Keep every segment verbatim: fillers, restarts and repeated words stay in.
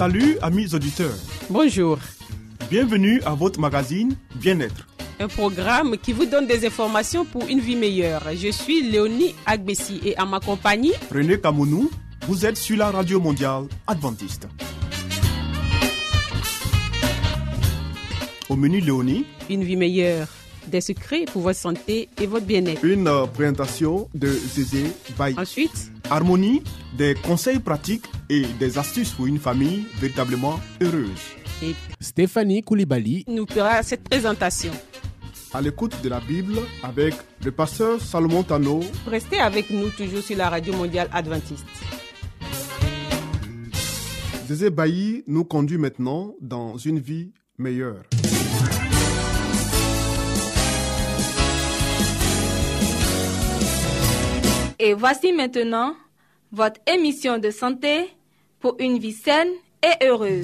Salut amis auditeurs. Bonjour. Bienvenue à votre magazine Bien-être. Un programme qui vous donne des informations pour une vie meilleure. Je suis Léonie Agbessi et à ma compagnie, René Kamounou, vous êtes sur la radio mondiale adventiste. Au menu Léonie, une vie meilleure, des secrets pour votre santé et votre bien-être. Une euh, présentation de Zézé Baye. Ensuite, Harmonie, des conseils pratiques et des astuces pour une famille véritablement heureuse. Et Stéphanie Koulibaly nous fera cette présentation. À l'écoute de la Bible avec le pasteur Salomon Tano. Restez avec nous toujours sur la radio mondiale adventiste. Zézé Baye nous conduit maintenant dans une vie meilleure. Et voici maintenant votre émission de santé pour une vie saine et heureuse.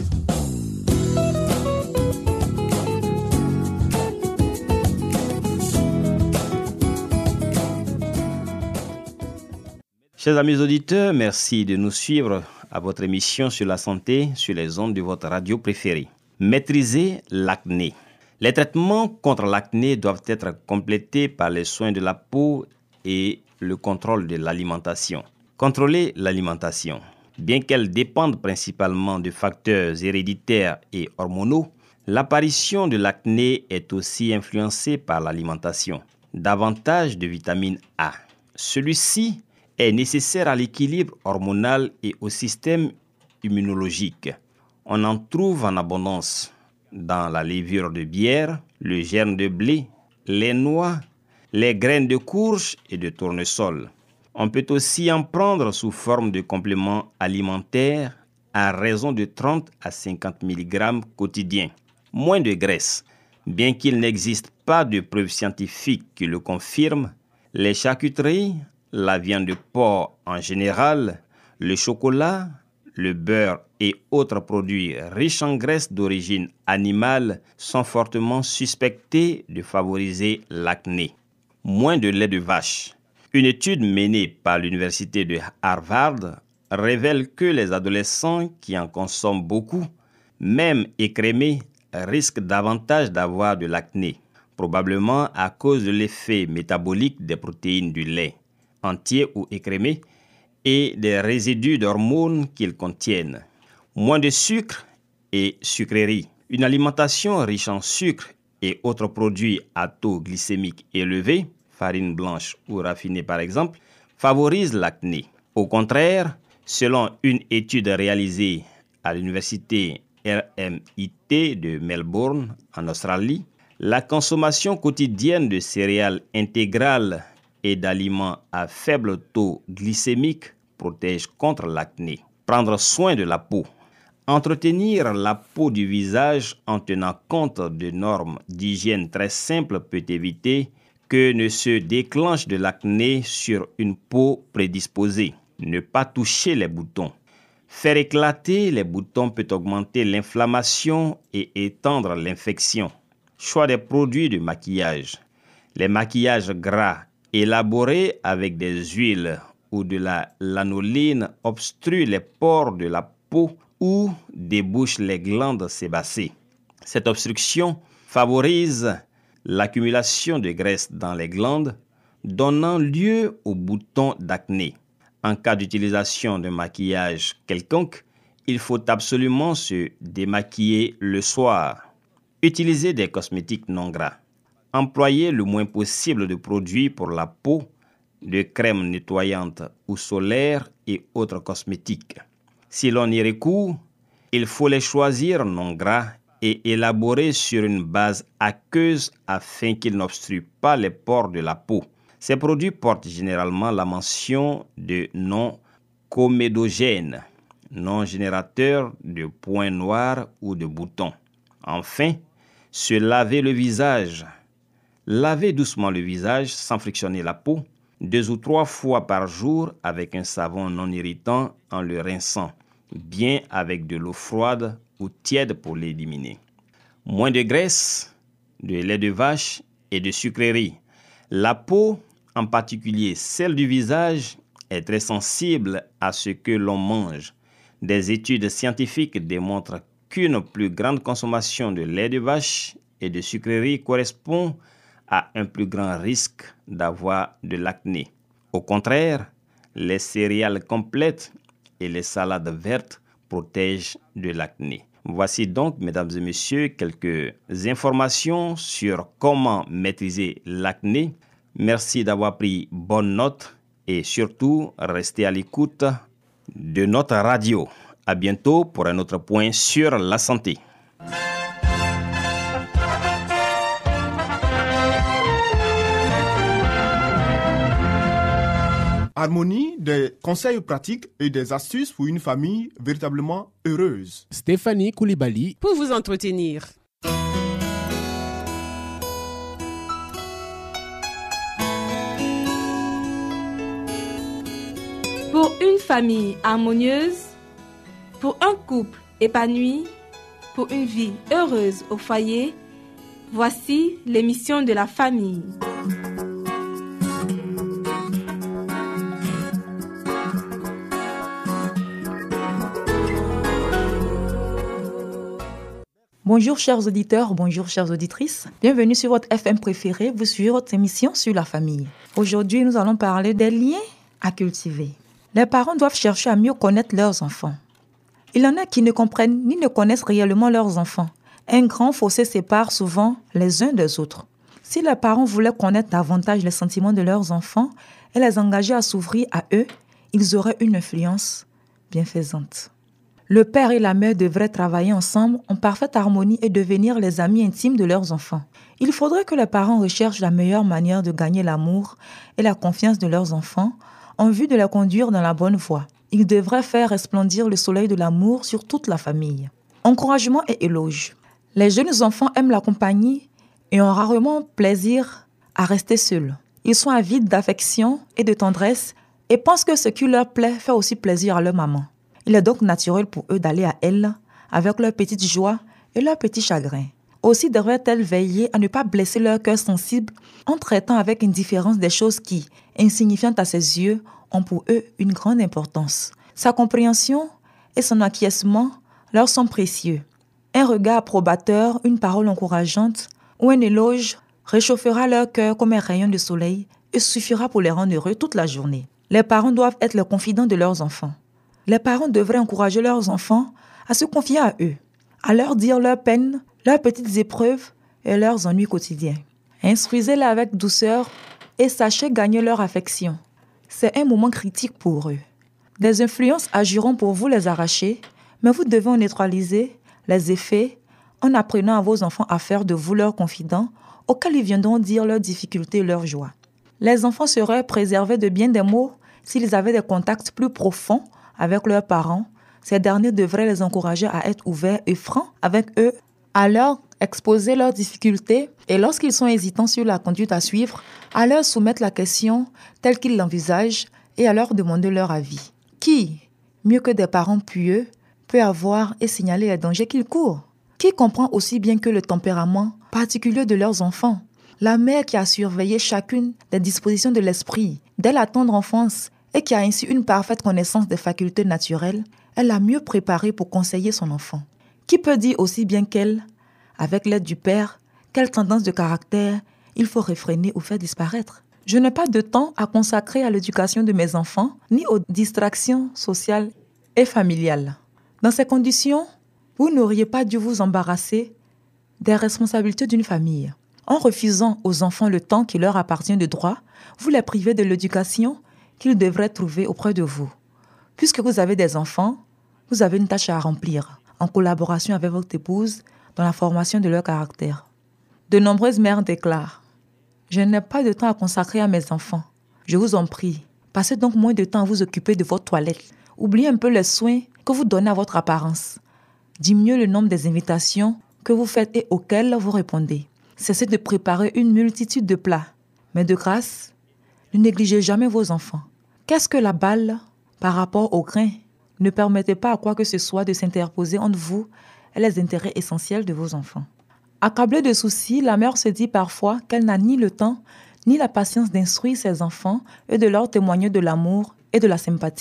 Chers amis auditeurs, merci de nous suivre à votre émission sur la santé sur les ondes de votre radio préférée. Maîtriser l'acné. Les traitements contre l'acné doivent être complétés par les soins de la peau et le contrôle de l'alimentation. Contrôler l'alimentation. Bien qu'elle dépende principalement de facteurs héréditaires et hormonaux, l'apparition de l'acné est aussi influencée par l'alimentation. Davantage de vitamine A. Celui-ci est nécessaire à l'équilibre hormonal et au système immunologique. On en trouve en abondance dans la levure de bière, le germe de blé, les noix, les graines de courge et de tournesol. On peut aussi en prendre sous forme de compléments alimentaires à raison de trente à cinquante milligrammes quotidiens. Moins de graisse. Bien qu'il n'existe pas de preuves scientifiques qui le confirment, les charcuteries, la viande de porc en général, le chocolat, le beurre et autres produits riches en graisse d'origine animale sont fortement suspectés de favoriser l'acné. Moins de lait de vache. Une étude menée par l'université de Harvard révèle que les adolescents qui en consomment beaucoup, même écrémés, risquent davantage d'avoir de l'acné, probablement à cause de l'effet métabolique des protéines du lait, entier ou écrémé, et des résidus d'hormones qu'ils contiennent. Moins de sucre et sucreries. Une alimentation riche en sucre et autres produits à taux glycémique élevé, farine blanche ou raffinée par exemple, favorise l'acné. Au contraire, selon une étude réalisée à l'université R M I T de Melbourne en Australie, la consommation quotidienne de céréales intégrales et d'aliments à faible taux glycémique protège contre l'acné. Prendre soin de la peau. Entretenir la peau du visage en tenant compte de normes d'hygiène très simples peut éviter que ne se déclenche de l'acné sur une peau prédisposée. Ne pas toucher les boutons. Faire éclater les boutons peut augmenter l'inflammation et étendre l'infection. Choix des produits de maquillage. Les maquillages gras élaborés avec des huiles ou de la lanoline obstruent les pores de la peau ou débouchent les glandes sébacées. Cette obstruction favorise l'accumulation de graisse dans les glandes, donnant lieu aux boutons d'acné. En cas d'utilisation de maquillage quelconque, il faut absolument se démaquiller le soir. Utilisez des cosmétiques non gras. Employez le moins possible de produits pour la peau, de crèmes nettoyantes ou solaires et autres cosmétiques. Si l'on y recourt, il faut les choisir non gras et élaborés sur une base aqueuse afin qu'ils n'obstruent pas les pores de la peau. Ces produits portent généralement la mention de non comédogène, non générateur de points noirs ou de boutons. Enfin, se laver le visage. Lavez doucement le visage sans frictionner la peau, deux ou trois fois par jour avec un savon non irritant en le rinçant, bien avec de l'eau froide ou tiède pour l'éliminer. Moins de graisse, de lait de vache et de sucreries. La peau, en particulier celle du visage, est très sensible à ce que l'on mange. Des études scientifiques démontrent qu'une plus grande consommation de lait de vache et de sucreries correspond à un plus grand risque d'avoir de l'acné. Au contraire, les céréales complètes et les salades vertes protègent de l'acné. Voici donc, mesdames et messieurs, quelques informations sur comment maîtriser l'acné. Merci d'avoir pris bonne note et surtout, restez à l'écoute de notre radio. À bientôt pour un autre point sur la santé. Harmonie, des conseils pratiques et des astuces pour une famille véritablement heureuse. Stéphanie Koulibaly pour vous entretenir. Pour une famille harmonieuse, pour un couple épanoui, pour une vie heureuse au foyer, voici l'émission de la famille. Bonjour chers auditeurs, bonjour chères auditrices. Bienvenue sur votre F M préféré, vous suivez votre émission sur la famille. Aujourd'hui, nous allons parler des liens à cultiver. Les parents doivent chercher à mieux connaître leurs enfants. Il y en a qui ne comprennent ni ne connaissent réellement leurs enfants. Un grand fossé sépare souvent les uns des autres. Si les parents voulaient connaître davantage les sentiments de leurs enfants et les engager à s'ouvrir à eux, ils auraient une influence bienfaisante. Le père et la mère devraient travailler ensemble en parfaite harmonie et devenir les amis intimes de leurs enfants. Il faudrait que les parents recherchent la meilleure manière de gagner l'amour et la confiance de leurs enfants en vue de les conduire dans la bonne voie. Ils devraient faire resplendir le soleil de l'amour sur toute la famille. Encouragement et éloge. Les jeunes enfants aiment la compagnie et ont rarement plaisir à rester seuls. Ils sont avides d'affection et de tendresse et pensent que ce qui leur plaît fait aussi plaisir à leur maman. Il est donc naturel pour eux d'aller à elle avec leurs petites joies et leurs petits chagrins. Aussi devraient-elles veiller à ne pas blesser leur cœur sensible en traitant avec indifférence des choses qui, insignifiantes à ses yeux, ont pour eux une grande importance. Sa compréhension et son acquiescement leur sont précieux. Un regard approbateur, une parole encourageante ou un éloge réchauffera leur cœur comme un rayon de soleil et suffira pour les rendre heureux toute la journée. Les parents doivent être les confidents de leurs enfants. Les parents devraient encourager leurs enfants à se confier à eux, à leur dire leurs peines, leurs petites épreuves et leurs ennuis quotidiens. Instruisez-les avec douceur et sachez gagner leur affection. C'est un moment critique pour eux. Des influences agiront pour vous les arracher, mais vous devez en neutraliser les effets en apprenant à vos enfants à faire de vous leurs confidents auxquels ils viendront dire leurs difficultés et leurs joies. Les enfants seraient préservés de bien des maux s'ils avaient des contacts plus profonds avec leurs parents. Ces derniers devraient les encourager à être ouverts et francs avec eux, à leur exposer leurs difficultés et lorsqu'ils sont hésitants sur la conduite à suivre, à leur soumettre la question telle qu'ils l'envisagent et à leur demander leur avis. Qui, mieux que des parents pieux, peut avoir et signaler les dangers qu'ils courent? Qui comprend aussi bien que le tempérament particulier de leurs enfants? La mère qui a surveillé chacune des dispositions de l'esprit dès la tendre enfance et qui a ainsi une parfaite connaissance des facultés naturelles, elle a mieux préparé pour conseiller son enfant. Qui peut dire aussi bien qu'elle, avec l'aide du père, quelle tendance de caractère il faut réfréner ou faire disparaître? Je n'ai pas de temps à consacrer à l'éducation de mes enfants, ni aux distractions sociales et familiales. Dans ces conditions, vous n'auriez pas dû vous embarrasser des responsabilités d'une famille. En refusant aux enfants le temps qui leur appartient de droit, vous les privez de l'éducation qu'ils devraient trouver auprès de vous. Puisque vous avez des enfants, vous avez une tâche à remplir, en collaboration avec votre épouse, dans la formation de leur caractère. De nombreuses mères déclarent « Je n'ai pas de temps à consacrer à mes enfants. Je vous en prie, passez donc moins de temps à vous occuper de votre toilette. Oubliez un peu les soins que vous donnez à votre apparence. Diminuez le nombre des invitations que vous faites et auxquelles vous répondez. Cessez de préparer une multitude de plats. Mais de grâce, ne négligez jamais vos enfants. Qu'est-ce que la balle par rapport au grain? Ne permettez pas à quoi que ce soit de s'interposer entre vous et les intérêts essentiels de vos enfants. Accablée de soucis, la mère se dit parfois qu'elle n'a ni le temps ni la patience d'instruire ses enfants et de leur témoigner de l'amour et de la sympathie.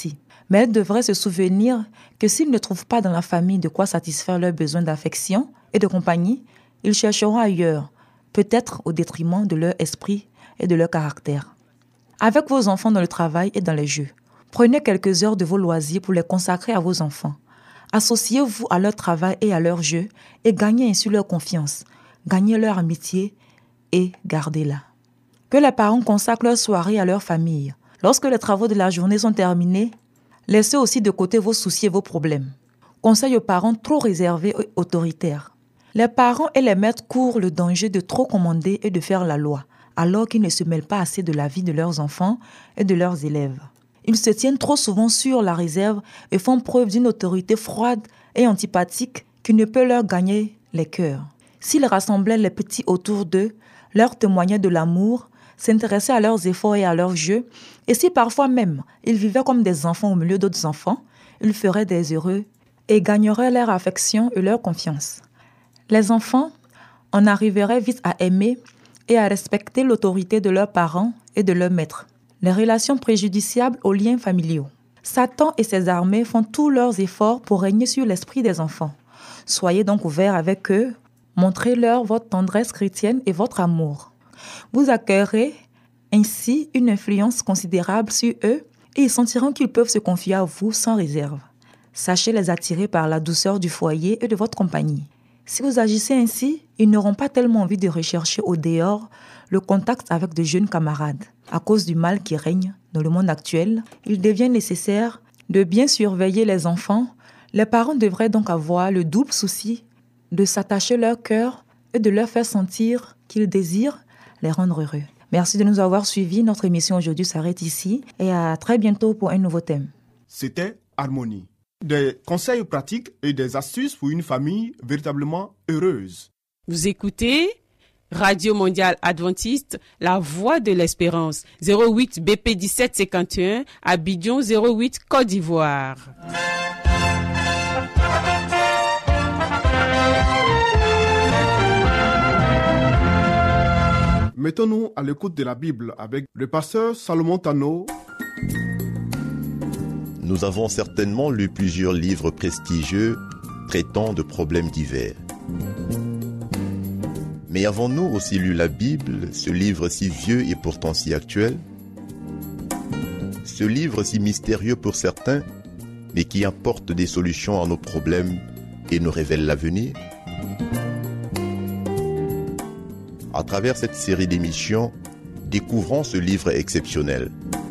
Mais elles devraient se souvenir que s'ils ne trouvent pas dans la famille de quoi satisfaire leurs besoins d'affection et de compagnie, ils chercheront ailleurs, peut-être au détriment de leur esprit et de leur caractère. Avec vos enfants dans le travail et dans les jeux, prenez quelques heures de vos loisirs pour les consacrer à vos enfants. Associez-vous à leur travail et à leurs jeux et gagnez ainsi leur confiance, gagnez leur amitié et gardez-la. Que les parents consacrent leur soirée à leur famille. Lorsque les travaux de la journée sont terminés, laissez aussi de côté vos soucis et vos problèmes. Conseil aux parents trop réservés et autoritaires. Les parents et les maîtres courent le danger de trop commander et de faire la loi, alors qu'ils ne se mêlent pas assez de la vie de leurs enfants et de leurs élèves. Ils se tiennent trop souvent sur la réserve et font preuve d'une autorité froide et antipathique qui ne peut leur gagner les cœurs. S'ils rassemblaient les petits autour d'eux, leur témoignaient de l'amour, s'intéressaient à leurs efforts et à leurs jeux, et si parfois même ils vivaient comme des enfants au milieu d'autres enfants, ils feraient des heureux et gagneraient leur affection et leur confiance. Les enfants en arriveraient vite à aimer et à respecter l'autorité de leurs parents et de leurs maîtres. Les relations préjudiciables aux liens familiaux. Satan et ses armées font tous leurs efforts pour régner sur l'esprit des enfants. Soyez donc ouverts avec eux, montrez-leur votre tendresse chrétienne et votre amour. Vous accueillerez ainsi une influence considérable sur eux et ils sentiront qu'ils peuvent se confier à vous sans réserve. Sachez les attirer par la douceur du foyer et de votre compagnie. Si vous agissez ainsi, ils n'auront pas tellement envie de rechercher au dehors le contact avec de jeunes camarades. À cause du mal qui règne dans le monde actuel, il devient nécessaire de bien surveiller les enfants. Les parents devraient donc avoir le double souci de s'attacher leur cœur et de leur faire sentir qu'ils désirent les rendre heureux. Merci de nous avoir suivis. Notre émission aujourd'hui s'arrête ici et à très bientôt pour un nouveau thème. C'était Harmonie. Des conseils pratiques et des astuces pour une famille véritablement heureuse. Vous écoutez Radio Mondiale Adventiste, la voix de l'espérance, zéro huit B P dix-sept cinquante et un, Abidjan zéro huit, Côte d'Ivoire. Mettons-nous à l'écoute de la Bible avec le pasteur Salomon Tano. Nous avons certainement lu plusieurs livres prestigieux traitant de problèmes divers. Mais avons-nous aussi lu la Bible, ce livre si vieux et pourtant si actuel? Ce livre si mystérieux pour certains, mais qui apporte des solutions à nos problèmes et nous révèle l'avenir? À travers cette série d'émissions, découvrons ce livre exceptionnel.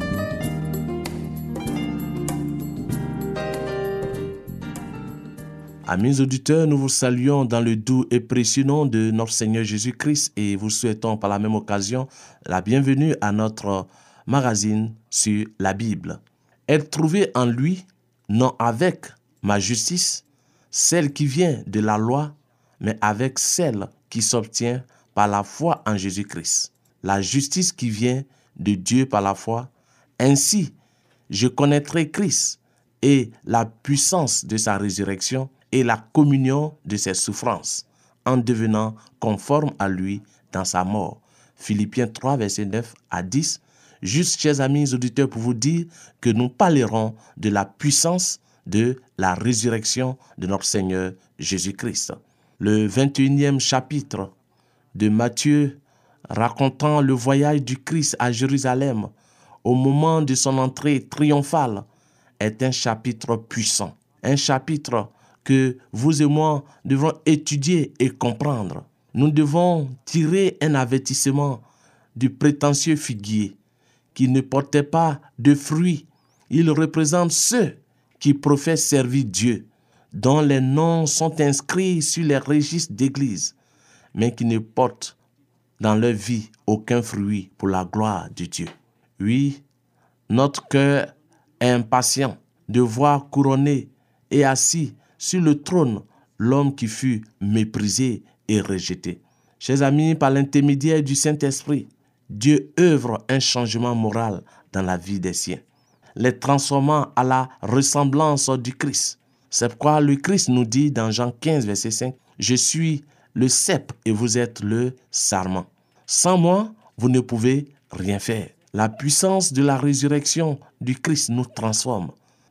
Amis auditeurs, nous vous saluons dans le doux et précieux nom de notre Seigneur Jésus-Christ et vous souhaitons par la même occasion la bienvenue à notre magazine sur la Bible. Être trouvé en lui, non avec ma justice, celle qui vient de la loi, mais avec celle qui s'obtient par la foi en Jésus-Christ. La justice qui vient de Dieu par la foi. Ainsi, je connaîtrai Christ et la puissance de sa résurrection et la communion de ses souffrances, en devenant conforme à lui dans sa mort. Philippiens trois, versets neuf à dix. Juste, chers amis auditeurs, pour vous dire que nous parlerons de la puissance de la résurrection de notre Seigneur Jésus-Christ. Le vingt et unième chapitre de Matthieu, racontant le voyage du Christ à Jérusalem au moment de son entrée triomphale, est un chapitre puissant, un chapitre que vous et moi devons étudier et comprendre. Nous devons tirer un avertissement du prétentieux figuier qui ne portait pas de fruits. Il représente ceux qui professent servir Dieu, dont les noms sont inscrits sur les registres d'église, mais qui ne portent dans leur vie aucun fruit pour la gloire de Dieu. Oui, notre cœur est impatient de voir couronné et assis sur le trône l'homme qui fut méprisé et rejeté. Chers amis, par l'intermédiaire du Saint-Esprit, Dieu œuvre un changement moral dans la vie des siens, les transformant à la ressemblance du Christ. C'est pourquoi le Christ nous dit dans Jean quinze, verset cinq, « Je suis le cep et vous êtes le sarment. Sans moi, vous ne pouvez rien faire. » La puissance de la résurrection du Christ nous transforme.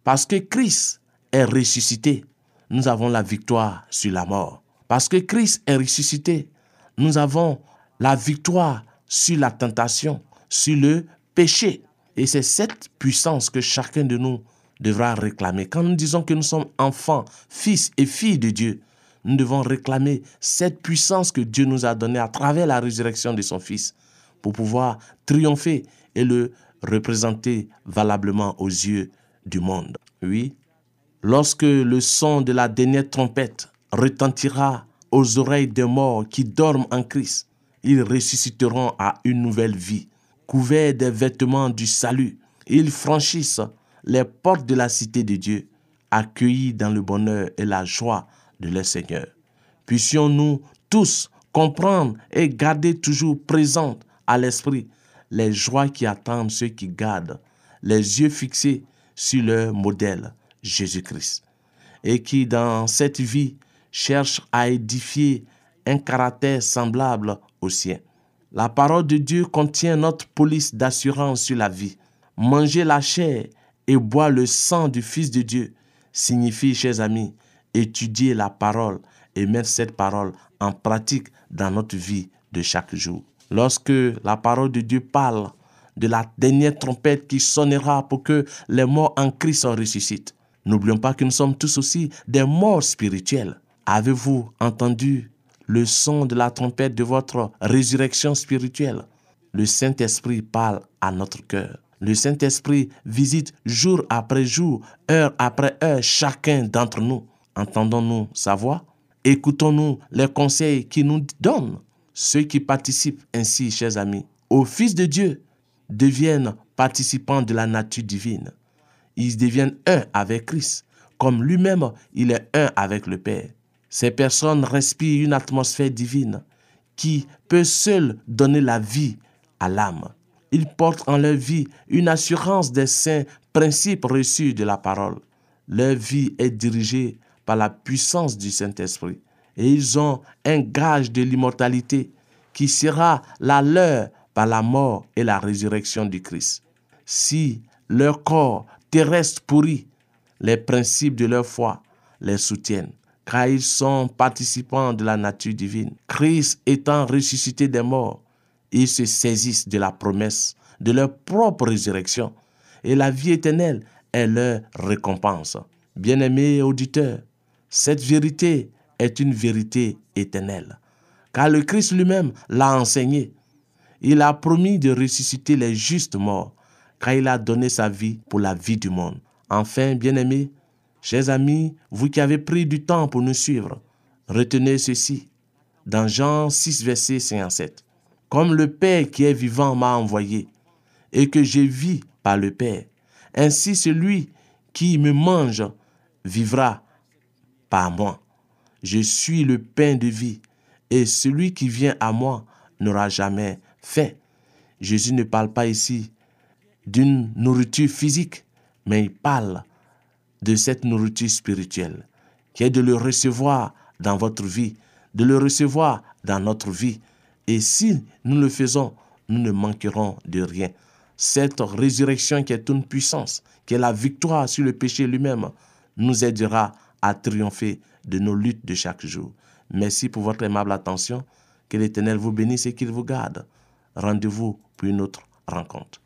Parce que Christ est ressuscité, nous avons la victoire sur la mort. Parce que Christ est ressuscité, nous avons la victoire sur la tentation, sur le péché. Et c'est cette puissance que chacun de nous devra réclamer. Quand nous disons que nous sommes enfants, fils et filles de Dieu, nous devons réclamer cette puissance que Dieu nous a donnée à travers la résurrection de son Fils pour pouvoir triompher et le représenter valablement aux yeux du monde. Oui, lorsque le son de la dernière trompette retentira aux oreilles des morts qui dorment en Christ, ils ressusciteront à une nouvelle vie. Couverts des vêtements du salut, ils franchissent les portes de la cité de Dieu, accueillis dans le bonheur et la joie de leur Seigneur. Puissions-nous tous comprendre et garder toujours présentes à l'esprit les joies qui attendent ceux qui gardent les yeux fixés sur leur modèle, Jésus-Christ, et qui, dans cette vie, cherchent à édifier un caractère semblable au sien. La parole de Dieu contient notre police d'assurance sur la vie. Manger la chair et boire le sang du Fils de Dieu signifie, chers amis, étudier la parole et mettre cette parole en pratique dans notre vie de chaque jour. Lorsque la parole de Dieu parle de la dernière trompette qui sonnera pour que les morts en Christ ressuscitent, n'oublions pas que nous sommes tous aussi des morts spirituels. Avez-vous entendu le son de la trompette de votre résurrection spirituelle? Le Saint-Esprit parle à notre cœur. Le Saint-Esprit visite jour après jour, heure après heure, chacun d'entre nous. Entendons-nous sa voix? Écoutons-nous les conseils qu'il nous donne? Ceux qui participent ainsi, chers amis, au Fils de Dieu deviennent participants de la nature divine. Ils deviennent un avec Christ, comme lui-même, il est un avec le Père. Ces personnes respirent une atmosphère divine qui peut seule donner la vie à l'âme. Ils portent en leur vie une assurance des saints principes reçus de la parole. Leur vie est dirigée par la puissance du Saint-Esprit et ils ont un gage de l'immortalité qui sera la leur par la mort et la résurrection du Christ. Si leur corps terrestre pourrit, les principes de leur foi les soutiennent, car ils sont participants de la nature divine. Christ étant ressuscité des morts, ils se saisissent de la promesse de leur propre résurrection et la vie éternelle est leur récompense. Bien-aimés auditeurs, cette vérité est une vérité éternelle, car le Christ lui-même l'a enseigné. Il a promis de ressusciter les justes morts, car il a donné sa vie pour la vie du monde. Enfin, bien-aimés, chers amis, vous qui avez pris du temps pour nous suivre, retenez ceci, dans Jean six, verset cinquante-sept. Comme le Père qui est vivant m'a envoyé, et que je vis par le Père, ainsi celui qui me mange vivra par moi. Je suis le pain de vie, et celui qui vient à moi n'aura jamais faim. Jésus ne parle pas ici d'une nourriture physique, mais il parle de cette nourriture spirituelle, qui est de le recevoir dans votre vie, de le recevoir dans notre vie. Et si nous le faisons, nous ne manquerons de rien. Cette résurrection qui est une puissance, qui est la victoire sur le péché lui-même, nous aidera à triompher de nos luttes de chaque jour. Merci pour votre aimable attention. Que l'Éternel vous bénisse et qu'il vous garde. Rendez-vous pour une autre rencontre.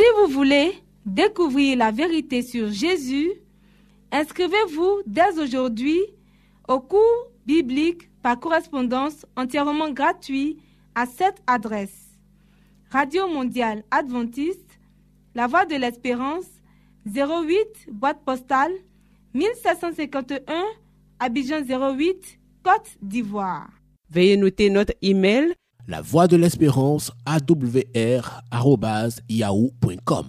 Si vous voulez découvrir la vérité sur Jésus, inscrivez-vous dès aujourd'hui au cours biblique par correspondance entièrement gratuit à cette adresse: Radio Mondiale Adventiste, La Voix de l'Espérance, zéro huit, boîte postale mille sept cent cinquante et un, Abidjan zéro huit, Côte d'Ivoire. Veuillez noter notre email: La Voix de l'Espérance A W R arobase yahoo point com.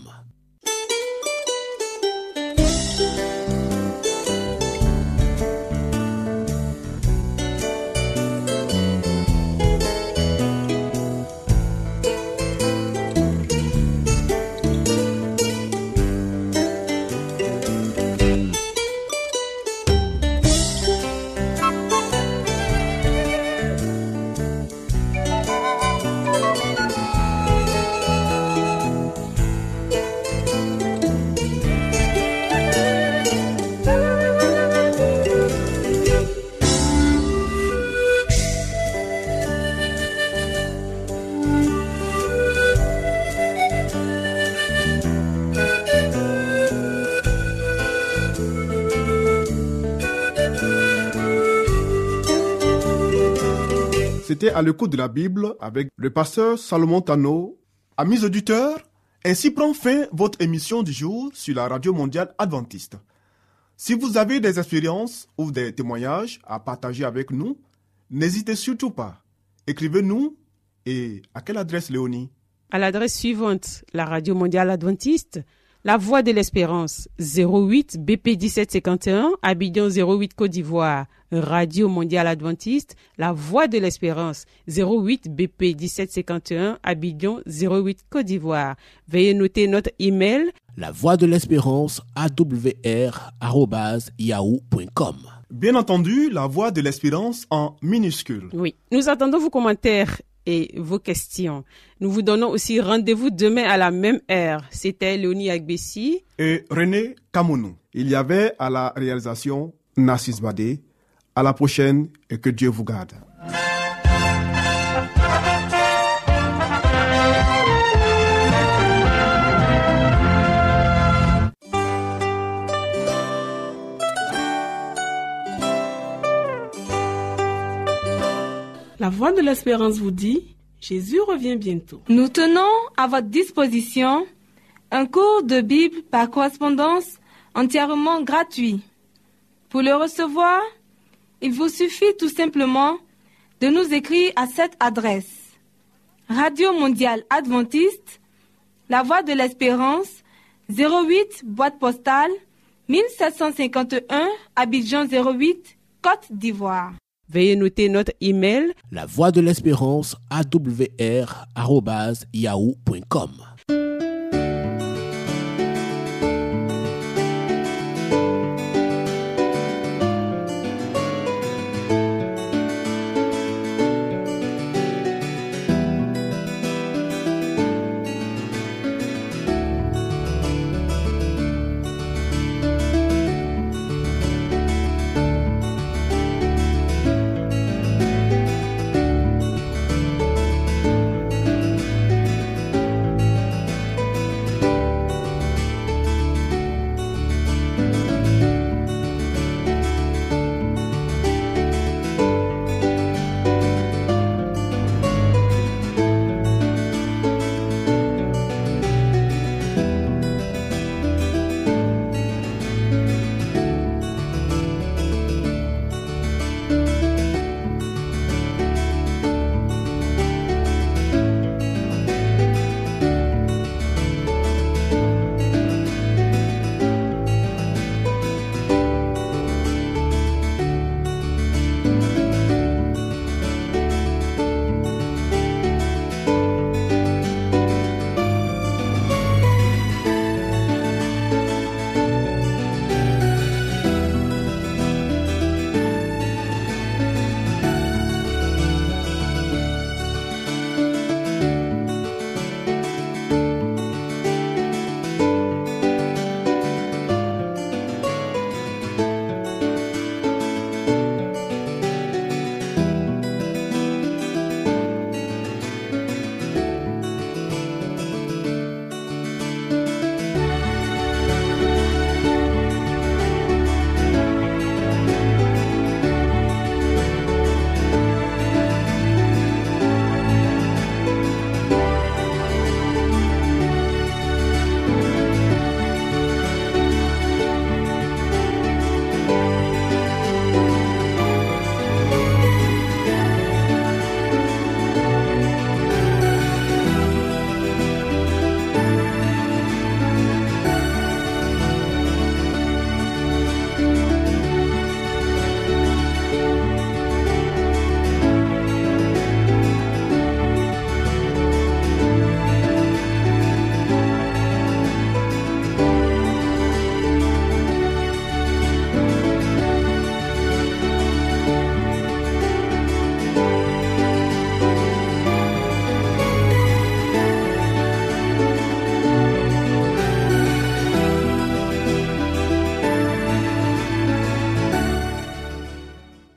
C'était à l'écoute de la Bible avec le pasteur Salomon Tano. Amis auditeurs, ainsi prend fin votre émission du jour sur la Radio Mondiale Adventiste. Si vous avez des expériences ou des témoignages à partager avec nous, n'hésitez surtout pas. Écrivez-nous. Et à quelle adresse, Léonie? À l'adresse suivante: la Radio Mondiale Adventiste, La Voix de l'Espérance, zéro huit B P dix-sept cinquante et un, Abidjan zéro huit, Côte d'Ivoire. Radio Mondiale Adventiste, La Voix de l'Espérance, zéro huit B P dix-sept cinquante et un, Abidjan zéro huit, Côte d'Ivoire. Veuillez noter notre email: La Voix de l'Espérance A W R arobase yahoo point com. Bien entendu, La Voix de l'Espérance en minuscule. Oui, nous attendons vos commentaires et vos questions. Nous vous donnons aussi rendez-vous demain à la même heure. C'était Léonie Agbessi et René Kamounou. Il y avait à la réalisation Narcisse Badé. À la prochaine et que Dieu vous garde. La Voix de l'Espérance vous dit: Jésus revient bientôt. Nous tenons à votre disposition un cours de Bible par correspondance entièrement gratuit. Pour le recevoir, il vous suffit tout simplement de nous écrire à cette adresse: Radio Mondiale Adventiste, La Voix de l'Espérance, zéro huit, boîte postale mille sept cent cinquante et un, Abidjan zéro huit, Côte d'Ivoire. Veuillez noter notre email: La Voix de l'Espérance A W R arobase yahoo point com.